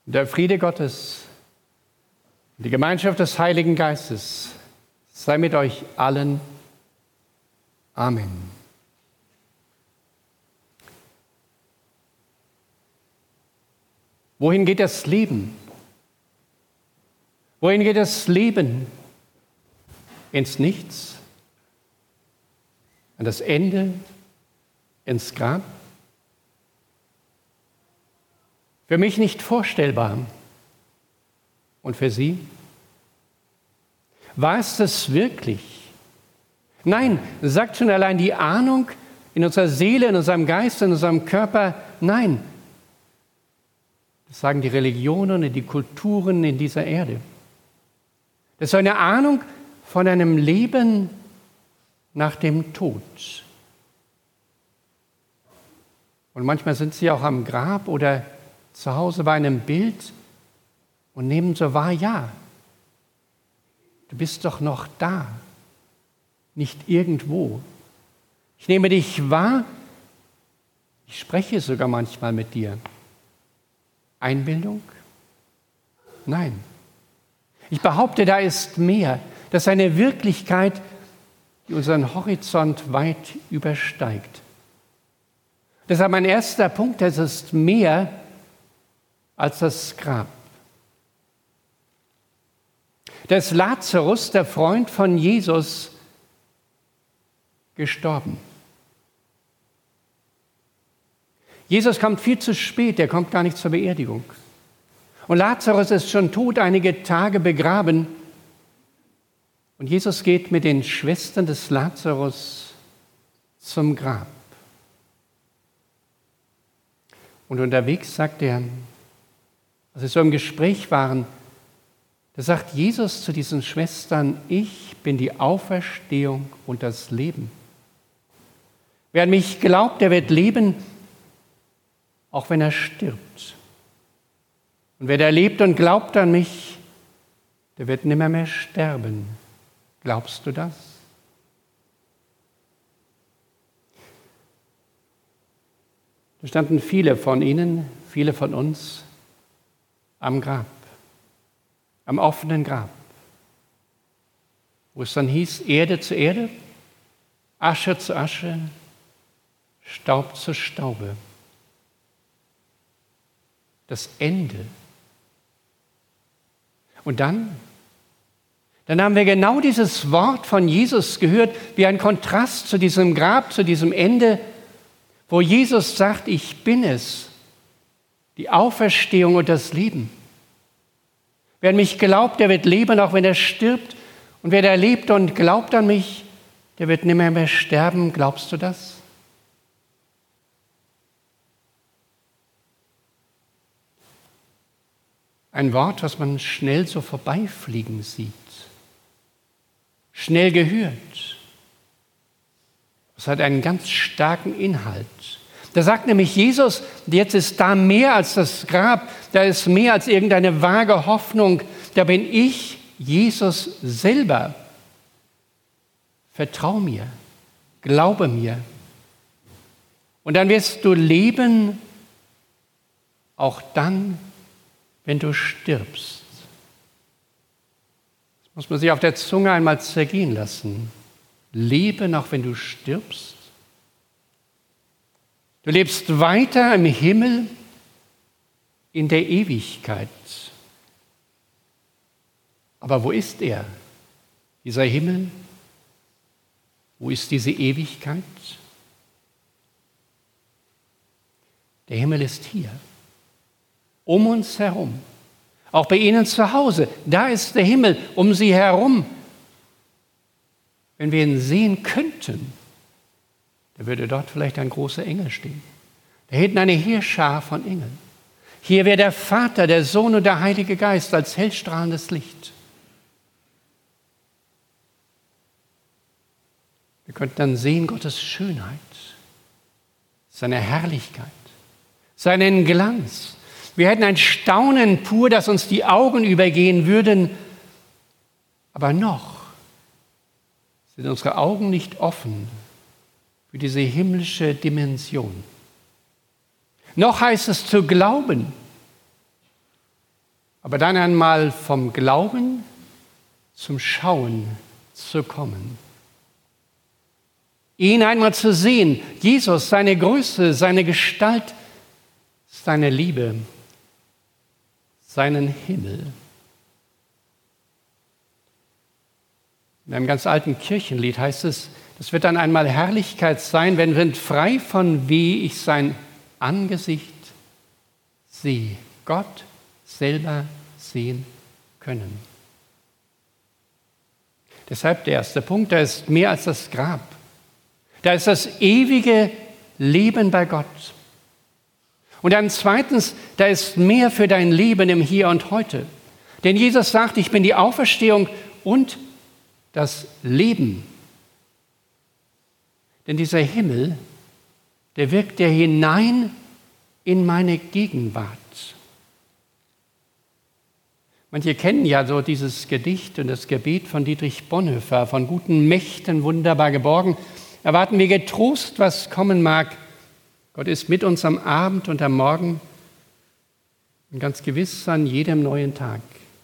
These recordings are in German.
Und der Friede Gottes und die Gemeinschaft des Heiligen Geistes sei mit euch allen. Amen. Wohin geht das Leben? Wohin geht das Leben? Ins Nichts? An das Ende? Ins Grab? Für mich nicht vorstellbar. Und für Sie? War es das wirklich? Nein, sagt schon allein die Ahnung in unserer Seele, in unserem Geist, in unserem Körper, nein. Das sagen die Religionen und die Kulturen in dieser Erde. Das ist eine Ahnung von einem Leben nach dem Tod. Und manchmal sind sie auch am Grab oder zu Hause bei einem Bild und nehmen so wahr, ja, du bist doch noch da, nicht irgendwo. Ich nehme dich wahr, ich spreche sogar manchmal mit dir. Einbildung? Nein. Ich behaupte, da ist mehr. Das ist eine Wirklichkeit, die unseren Horizont weit übersteigt. Deshalb mein erster Punkt, es ist mehr als das Grab. Da ist Lazarus, der Freund von Jesus, gestorben. Jesus kommt viel zu spät, er kommt gar nicht zur Beerdigung. Und Lazarus ist schon tot, einige Tage begraben. Und Jesus geht mit den Schwestern des Lazarus zum Grab. Und unterwegs sagt er, als sie so im Gespräch waren, da sagt Jesus zu diesen Schwestern, ich bin die Auferstehung und das Leben. Wer an mich glaubt, der wird leben, auch wenn er stirbt. Und wer da lebt und glaubt an mich, der wird nimmer mehr sterben. Glaubst du das? Da standen viele von ihnen, viele von uns am Grab, am offenen Grab, wo es dann hieß, Erde zu Erde, Asche zu Asche, Staub zu Staube. Das Ende. Und dann haben wir genau dieses Wort von Jesus gehört, wie ein Kontrast zu diesem Grab, zu diesem Ende, wo Jesus sagt, ich bin es, die Auferstehung und das Leben. Wer an mich glaubt, der wird leben, auch wenn er stirbt. Und wer da lebt und glaubt an mich, der wird nimmer mehr sterben. Glaubst du das? Ein Wort, was man schnell so vorbeifliegen sieht, schnell gehört. Es hat einen ganz starken Inhalt. Da sagt nämlich Jesus, jetzt ist da mehr als das Grab, da ist mehr als irgendeine vage Hoffnung, da bin ich, Jesus selber. Vertrau mir, glaube mir. Und dann wirst du leben, auch dann, wenn du stirbst. Das muss man sich auf der Zunge einmal zergehen lassen. Leben, auch wenn du stirbst. Du lebst weiter im Himmel in der Ewigkeit. Aber wo ist er, dieser Himmel? Wo ist diese Ewigkeit? Der Himmel ist hier. Um uns herum, auch bei Ihnen zu Hause, da ist der Himmel um Sie herum. Wenn wir ihn sehen könnten, da würde dort vielleicht ein großer Engel stehen. Da hinten eine Heerschar von Engeln. Hier wäre der Vater, der Sohn und der Heilige Geist als hellstrahlendes Licht. Wir könnten dann sehen Gottes Schönheit, seine Herrlichkeit, seinen Glanz. Wir hätten ein Staunen pur, das uns die Augen übergehen würden. Aber noch sind unsere Augen nicht offen für diese himmlische Dimension. Noch heißt es zu glauben. aber dann einmal vom Glauben zum Schauen zu kommen. Ihn einmal zu sehen, Jesus, seine Größe, seine Gestalt, seine Liebe, seinen Himmel. In einem ganz alten Kirchenlied heißt es, das wird dann einmal Herrlichkeit sein, wenn frei von Weh ich sein Angesicht sehe, Gott selber sehen können. Deshalb der erste Punkt, da ist mehr als das Grab. Da ist das ewige Leben bei Gott. Und dann zweitens, da ist mehr für dein Leben im Hier und Heute. Denn Jesus sagt, ich bin die Auferstehung und das Leben. Denn dieser Himmel, der wirkt ja hinein in meine Gegenwart. Manche kennen ja so dieses Gedicht und das Gebet von Dietrich Bonhoeffer, von guten Mächten wunderbar geborgen. Erwarten wir getrost, was kommen mag. Gott ist mit uns am Abend und am Morgen und ganz gewiss an jedem neuen Tag.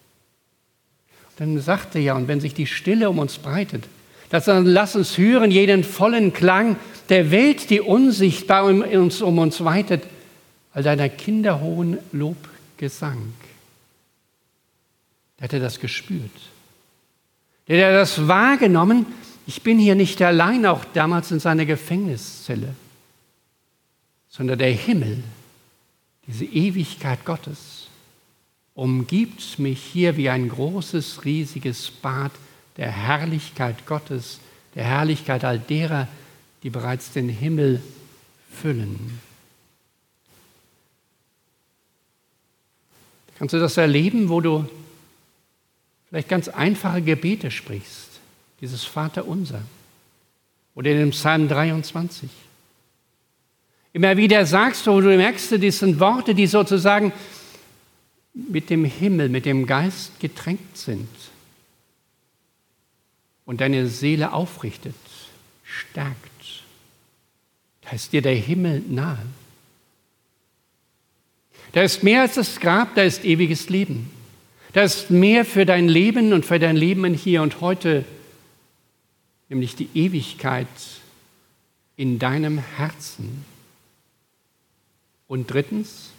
Dann sagt er ja, und wenn sich die Stille um uns breitet, dann lass uns hören jeden vollen Klang der Welt, die unsichtbar um uns weitet, all deiner Kinder hohen Lobgesang. Der hat er das gespürt. Der hat das wahrgenommen. Ich bin hier nicht allein, auch damals in seiner Gefängniszelle, sondern der Himmel, diese Ewigkeit Gottes, umgibt mich hier wie ein großes, riesiges Bad der Herrlichkeit Gottes, der Herrlichkeit all derer, die bereits den Himmel füllen. Kannst du das erleben, wo du vielleicht ganz einfache Gebete sprichst, dieses Vaterunser oder in dem Psalm 23. Immer wieder sagst du, du merkst, das sind Worte, die sozusagen mit dem Himmel, mit dem Geist getränkt sind und deine Seele aufrichtet, stärkt. Da ist dir der Himmel nahe. Da ist mehr als das Grab, da ist ewiges Leben. Da ist mehr für dein Leben und für dein Leben in Hier und Heute, nämlich die Ewigkeit in deinem Herzen. Und drittens,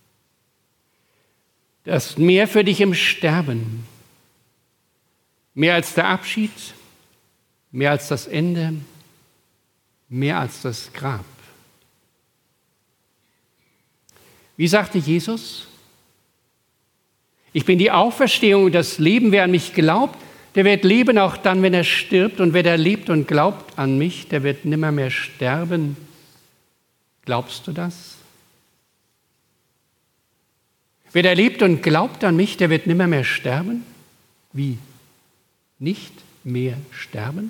da ist mehr für dich im Sterben. Mehr als der Abschied, mehr als das Ende, mehr als das Grab. Wie sagte Jesus? Ich bin die Auferstehung und das Leben. Wer an mich glaubt, der wird leben auch dann, wenn er stirbt. Und wer da lebt und glaubt an mich, der wird nimmer mehr sterben. Glaubst du das? Wer da lebt und glaubt an mich, der wird nimmer mehr sterben. Wie? Nicht mehr sterben?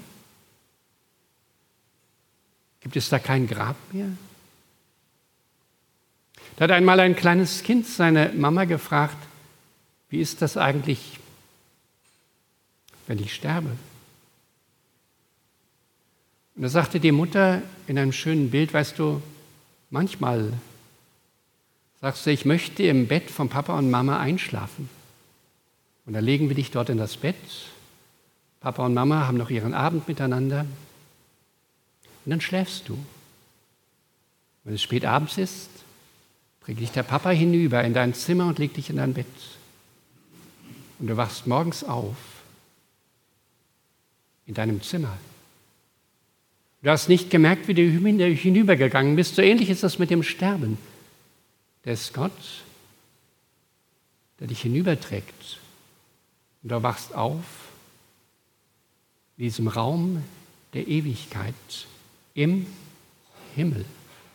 Gibt es da kein Grab mehr? Da hat einmal ein kleines Kind seine Mama gefragt, wie ist das eigentlich, wenn ich sterbe? Und da sagte die Mutter in einem schönen Bild, weißt du, manchmal sagst du, ich möchte im Bett von Papa und Mama einschlafen. Und dann legen wir dich dort in das Bett. Papa und Mama haben noch ihren Abend miteinander. Und dann schläfst du. Wenn es spät abends ist, bringt dich der Papa hinüber in dein Zimmer und legt dich in dein Bett. Und du wachst morgens auf in deinem Zimmer. Du hast nicht gemerkt, wie du hinübergegangen bist. So ähnlich ist das mit dem Sterben. Der ist Gott, der dich hinüberträgt. Und du wachst auf in diesem Raum der Ewigkeit im Himmel.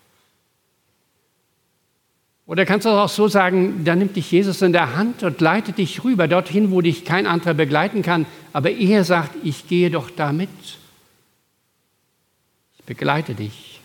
Oder kannst du auch so sagen, da nimmt dich Jesus in der Hand und leitet dich rüber, dorthin, wo dich kein anderer begleiten kann. Aber er sagt, ich gehe doch da mit. Ich begleite dich.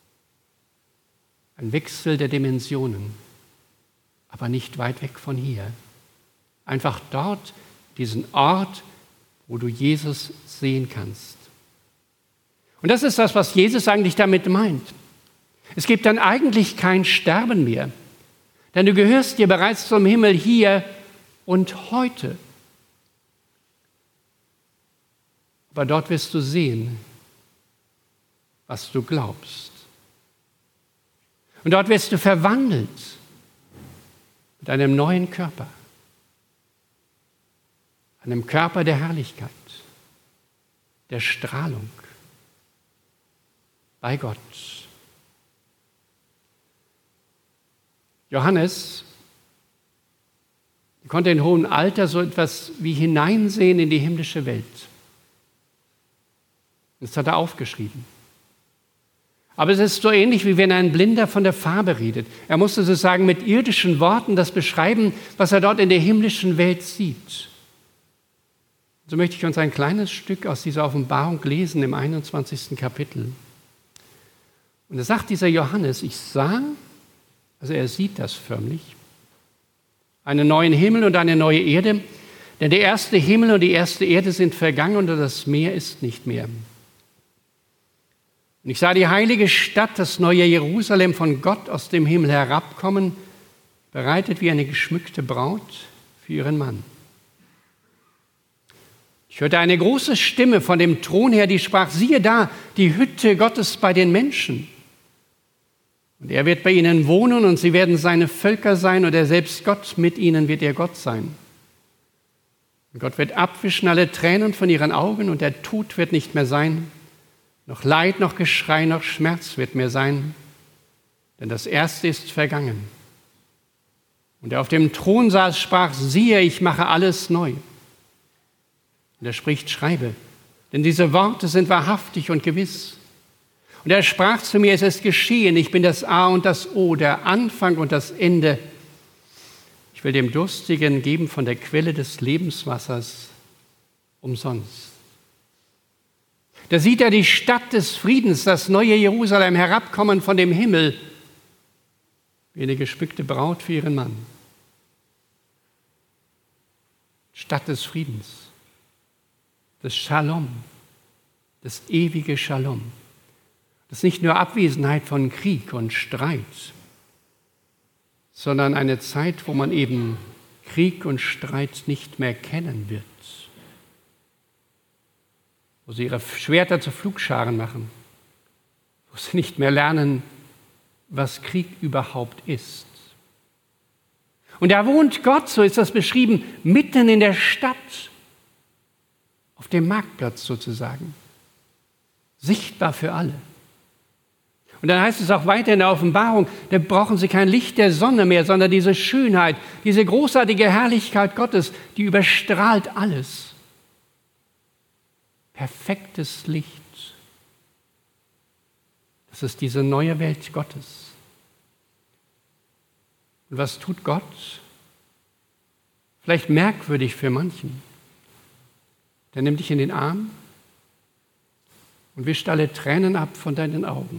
Ein Wechsel der Dimensionen, aber nicht weit weg von hier. Einfach dort, diesen Ort, wo du Jesus sehen kannst. Und das ist das, was Jesus eigentlich damit meint. Es gibt dann eigentlich kein Sterben mehr. Denn du gehörst dir bereits zum Himmel hier und heute. Aber dort wirst du sehen, was du glaubst. Und dort wirst du verwandelt mit einem neuen Körper, einem Körper der Herrlichkeit, der Strahlung bei Gott. Johannes konnte in hohem Alter so etwas wie hineinsehen in die himmlische Welt. Das hat er aufgeschrieben. Aber es ist so ähnlich, wie wenn ein Blinder von der Farbe redet. Er musste sozusagen mit irdischen Worten das beschreiben, was er dort in der himmlischen Welt sieht. So möchte ich uns ein kleines Stück aus dieser Offenbarung lesen im 21. Kapitel. Und da sagt dieser Johannes, ich sah, also er sieht das förmlich, einen neuen Himmel und eine neue Erde, denn der erste Himmel und die erste Erde sind vergangen und das Meer ist nicht mehr. Und ich sah die heilige Stadt, das neue Jerusalem, von Gott aus dem Himmel herabkommen, bereitet wie eine geschmückte Braut für ihren Mann. Ich hörte eine große Stimme von dem Thron her, die sprach, siehe da, die Hütte Gottes bei den Menschen. Und er wird bei ihnen wohnen und sie werden seine Völker sein und er selbst Gott, mit ihnen wird er Gott sein. Und Gott wird abwischen alle Tränen von ihren Augen und der Tod wird nicht mehr sein. Noch Leid, noch Geschrei, noch Schmerz wird mehr sein, denn das Erste ist vergangen. Und er auf dem Thron saß, sprach, siehe, ich mache alles neu. Und er spricht, schreibe, denn diese Worte sind wahrhaftig und gewiss. Und er sprach zu mir, es ist geschehen, ich bin das A und das O, der Anfang und das Ende. Ich will dem Durstigen geben von der Quelle des Lebenswassers umsonst. Da sieht er die Stadt des Friedens, das neue Jerusalem, herabkommen von dem Himmel, wie eine geschmückte Braut für ihren Mann. Stadt des Friedens, des Shalom, das ewige Shalom. Das ist nicht nur Abwesenheit von Krieg und Streit, sondern eine Zeit, wo man eben Krieg und Streit nicht mehr kennen wird. Wo sie ihre Schwerter zu Pflugscharen machen, wo sie nicht mehr lernen, was Krieg überhaupt ist. Und da wohnt Gott, so ist das beschrieben, mitten in der Stadt, auf dem Marktplatz sozusagen, sichtbar für alle. Und dann heißt es auch weiter in der Offenbarung, da brauchen sie kein Licht der Sonne mehr, sondern diese Schönheit, diese großartige Herrlichkeit Gottes, die überstrahlt alles. Perfektes Licht. Das ist diese neue Welt Gottes. Und was tut Gott? Vielleicht merkwürdig für manchen. Der nimmt dich in den Arm und wischt alle Tränen ab von deinen Augen.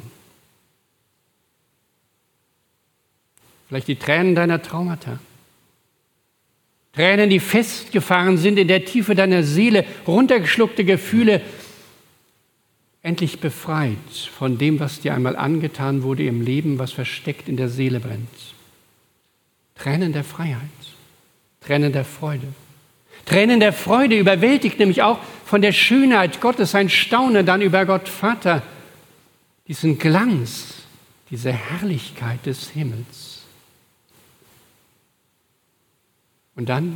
Vielleicht die Tränen deiner Traumata. Tränen, die festgefahren sind in der Tiefe deiner Seele, runtergeschluckte Gefühle, endlich befreit von dem, was dir einmal angetan wurde im Leben, was versteckt in der Seele brennt. Tränen der Freiheit, Tränen der Freude. Tränen der Freude überwältigt nämlich auch von der Schönheit Gottes, ein Staunen dann über Gott Vater, diesen Glanz, diese Herrlichkeit des Himmels. Und dann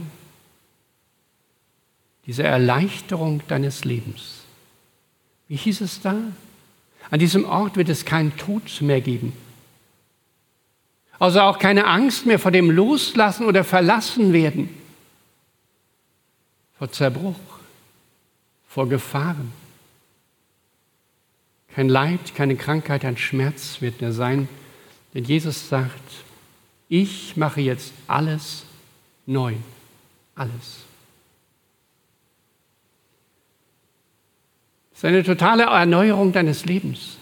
diese Erleichterung deines Lebens. Wie hieß es da? An diesem Ort wird es keinen Tod mehr geben. Also auch keine Angst mehr vor dem Loslassen oder Verlassen werden. Vor Zerbruch, vor Gefahren. Kein Leid, keine Krankheit, ein Schmerz wird mehr sein. Denn Jesus sagt, ich mache jetzt alles neu. Alles. Das ist eine totale Erneuerung deines Lebens.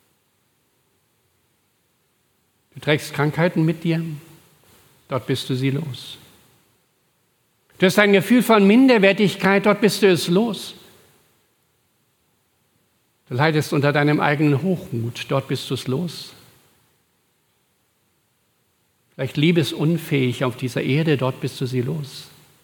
Du trägst Krankheiten mit dir, dort bist du sie los. Du hast ein Gefühl von Minderwertigkeit, dort bist du es los. Du leidest unter deinem eigenen Hochmut, dort bist du es los. Vielleicht liebesunfähig auf dieser Erde, dort bist du sie los.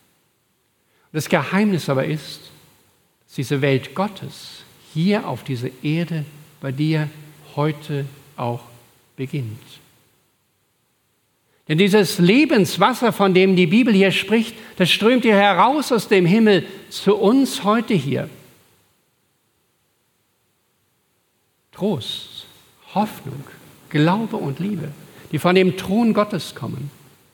Das Geheimnis aber ist, dass diese Welt Gottes hier auf dieser Erde bei dir heute auch beginnt. Denn dieses Lebenswasser, von dem die Bibel hier spricht, das strömt hier heraus aus dem Himmel zu uns heute hier. Trost, Hoffnung, Glaube und Liebe, die von dem Thron Gottes kommen.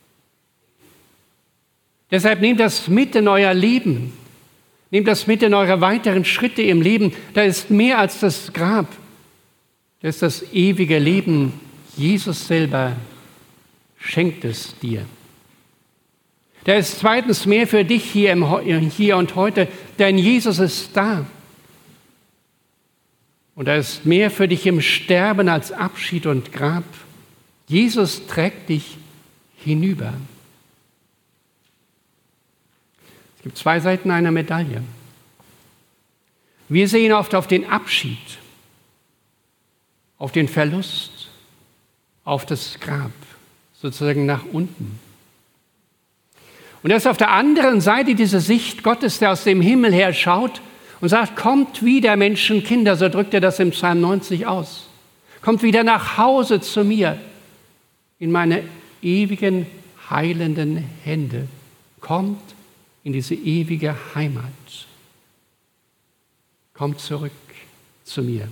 Deshalb nehmt das mit in euer Leben. Nehmt das mit in eure weiteren Schritte im Leben. Da ist mehr als das Grab. Da ist das ewige Leben. Jesus selber schenkt es dir. Da ist zweitens mehr für dich hier und heute, denn Jesus ist da. Und da ist mehr für dich im Sterben als Abschied und Grab. Jesus trägt dich hinüber. Es gibt zwei Seiten einer Medaille. Wir sehen oft auf den Abschied, auf den Verlust, auf das Grab, sozusagen nach unten. Und das ist auf der anderen Seite diese Sicht Gottes, der aus dem Himmel her schaut und sagt, kommt wieder, Menschenkinder, so drückt er das im Psalm 90 aus. Kommt wieder nach Hause zu mir, in meine ewigen, heilenden Hände. Kommt in diese ewige Heimat. Kommt zurück zu mir.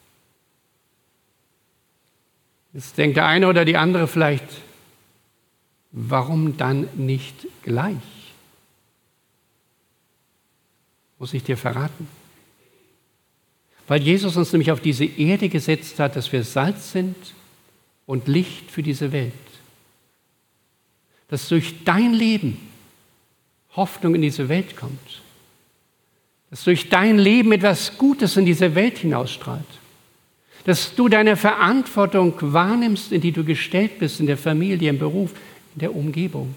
Jetzt denkt der eine oder die andere vielleicht, warum dann nicht gleich? Muss ich dir verraten? Weil Jesus uns nämlich auf diese Erde gesetzt hat, dass wir Salz sind und Licht für diese Welt. Dass durch dein Leben Hoffnung in diese Welt kommt. Dass durch dein Leben etwas Gutes in diese Welt hinausstrahlt. Dass du deine Verantwortung wahrnimmst, in die du gestellt bist, in der Familie, im Beruf, in der Umgebung.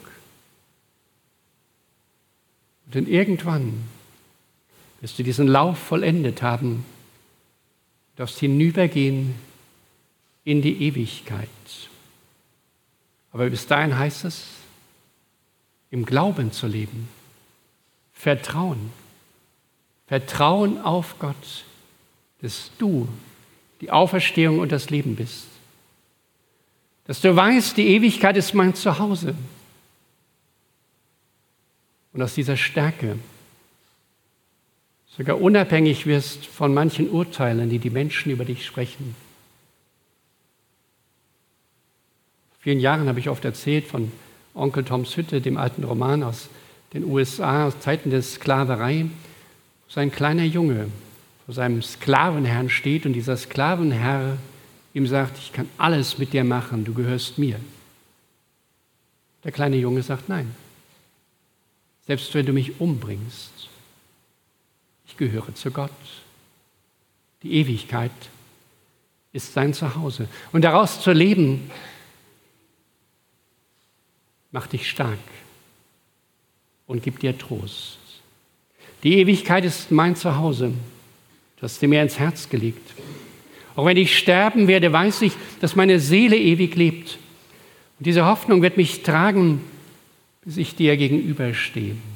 Und dann irgendwann wirst du diesen Lauf vollendet haben, darfst hinübergehen in die Ewigkeit. Aber bis dahin heißt es, im Glauben zu leben. Vertrauen. Vertrauen auf Gott, dass du die Auferstehung und das Leben bist. Dass du weißt, die Ewigkeit ist mein Zuhause. Und aus dieser Stärke sogar unabhängig wirst von manchen Urteilen, die die Menschen über dich sprechen. Vor vielen Jahren habe ich oft erzählt von Onkel Toms Hütte, dem alten Roman aus den USA, aus Zeiten der Sklaverei, wo sein kleiner Junge vor seinem Sklavenherrn steht und dieser Sklavenherr ihm sagt, ich kann alles mit dir machen, du gehörst mir. Der kleine Junge sagt, nein, selbst wenn du mich umbringst, ich gehöre zu Gott. Die Ewigkeit ist sein Zuhause. Und daraus zu leben, macht dich stark und gibt dir Trost. Die Ewigkeit ist mein Zuhause. Du hast sie mir ins Herz gelegt. Auch wenn ich sterben werde, weiß ich, dass meine Seele ewig lebt. Und diese Hoffnung wird mich tragen, bis ich dir gegenüberstehe.